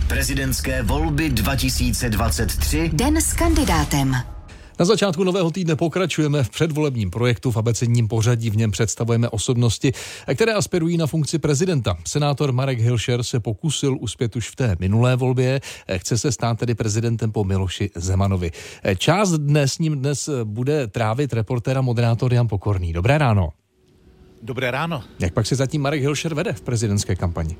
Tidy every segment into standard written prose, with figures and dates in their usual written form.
Prezidentské volby 2023. Den s kandidátem. Na začátku nového týdne pokračujeme v předvolebním projektu v abecedním pořadí. V něm představujeme osobnosti, které aspirují na funkci prezidenta. Senátor Marek Hilšer se pokusil uspět už v té minulé volbě. Chce se stát tedy prezidentem po Miloši Zemanovi. Část dne s ním dnes bude trávit reportér a moderátor Jan Pokorný. Dobré ráno. Dobré ráno. Jak pak se zatím Marek Hilšer vede v prezidentské kampani?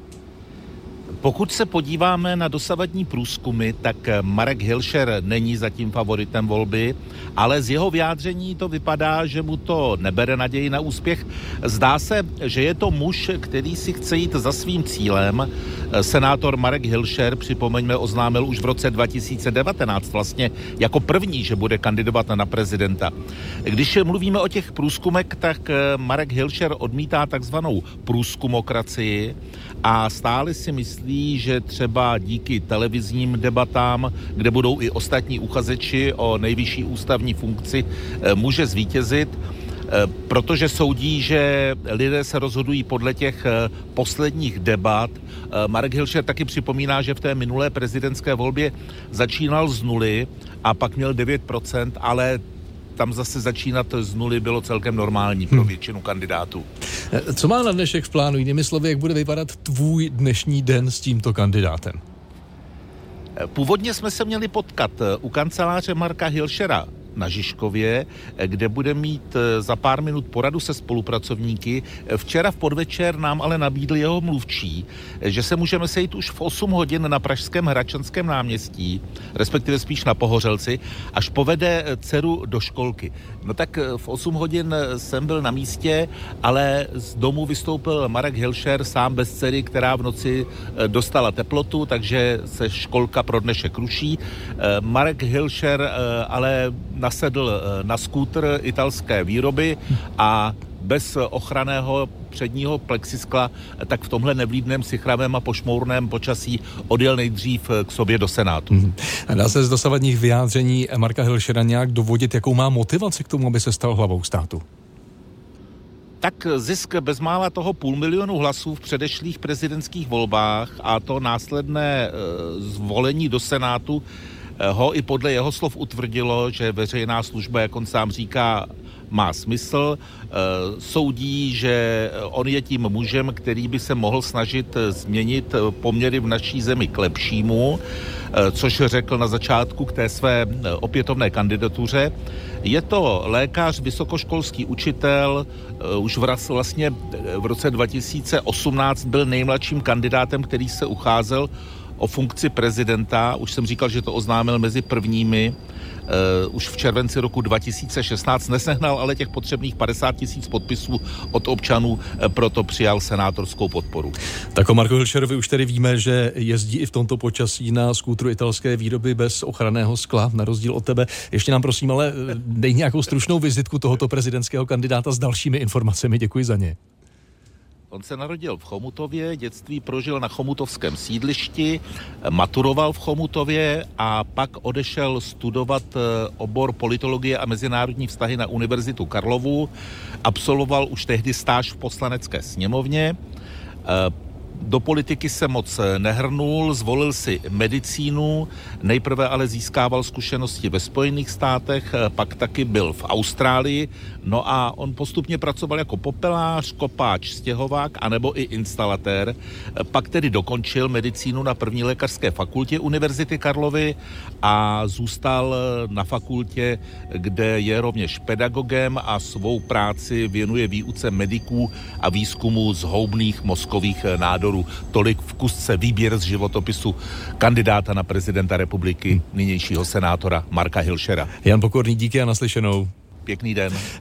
Pokud se podíváme na dosavadní průzkumy, tak Marek Hilšer není zatím favoritem volby, ale z jeho vyjádření to vypadá, že mu to nebere naději na úspěch. Zdá se, že je to muž, který si chce jít za svým cílem. Senátor Marek Hilšer, připomeňme, oznámil už v roce 2019 vlastně jako první, že bude kandidovat na prezidenta. Když mluvíme o těch průzkumech, tak Marek Hilšer odmítá takzvanou průzkumokracii a stále si myslí, že třeba díky televizním debatám, kde budou i ostatní uchazeči o nejvyšší ústavní funkci, může zvítězit, protože soudí, že lidé se rozhodují podle těch posledních debat. Marek Hilšer taky připomíná, že v té minulé prezidentské volbě začínal z nuly a pak měl 9%, ale tam zase začínat z nuly bylo celkem normální pro většinu kandidátů. Co má na dnešek v plánu? Jinými slovy, jak bude vypadat tvůj dnešní den s tímto kandidátem? Původně jsme se měli potkat u kanceláře Marka Hilšera na Žižkově, kde bude mít za pár minut poradu se spolupracovníky. Včera v podvečer nám ale nabídl jeho mluvčí, že se můžeme sejít už v 8 hodin na pražském Hradčanském náměstí, respektive spíš na Pohořelci, až povede dceru do školky. No tak v 8 hodin jsem byl na místě, ale z domu vystoupil Marek Hilšer sám bez dcery, která v noci dostala teplotu, takže se školka pro dnešek ruší. Marek Hilšer ale nasedl na skútr italské výroby a bez ochranného předního plexiskla, tak v tomhle nevlídném, sichravém a pošmourném počasí odjel nejdřív k sobě do Senátu. Dá se z dosavadních vyjádření Marka Hilšera nějak dovodit, jakou má motivaci k tomu, aby se stal hlavou státu? Tak zisk bezmála toho 500 000 hlasů v předešlých prezidentských volbách a to následné zvolení do Senátu ho i podle jeho slov utvrdilo, že veřejná služba, jak on sám říká, má smysl. Soudí, že on je tím mužem, který by se mohl snažit změnit poměry v naší zemi k lepšímu, což řekl na začátku k té své opětovné kandidatuře. Je to lékař, vysokoškolský učitel, už vlastně v roce 2018 byl nejmladším kandidátem, který se ucházel o funkci prezidenta. Už jsem říkal, že to oznámil mezi prvními. Už v červenci roku 2016 nesehnal ale těch potřebných 50 000 podpisů od občanů, proto přijal senátorskou podporu. Tak o Marku Hilšerovi už tedy víme, že jezdí i v tomto počasí na skútru italské výroby bez ochranného skla, na rozdíl od tebe. Ještě nám prosím, ale dej nějakou stručnou vizitku tohoto prezidentského kandidáta s dalšími informacemi. Děkuji za ně. On se narodil v Chomutově, dětství prožil na chomutovském sídlišti, maturoval v Chomutově a pak odešel studovat obor politologie a mezinárodní vztahy na Univerzitu Karlovu. Absolvoval už tehdy stáž v Poslanecké sněmovně. Do politiky se moc nehrnul, zvolil si medicínu, nejprve ale získával zkušenosti ve Spojených státech, pak taky byl v Austrálii, no a on postupně pracoval jako popelář, kopáč, stěhovák anebo i instalatér, pak tedy dokončil medicínu na první lékařské fakultě Univerzity Karlovy a zůstal na fakultě, kde je rovněž pedagogem a svou práci věnuje výuce mediků a výzkumu zhoubných mozkových nádorů. Tolik v kustce výběr z životopisu kandidáta na prezidenta republiky, nynějšího senátora Marka Hilšera. Jan Pokorný, díky a naslyšenou. Pěkný den.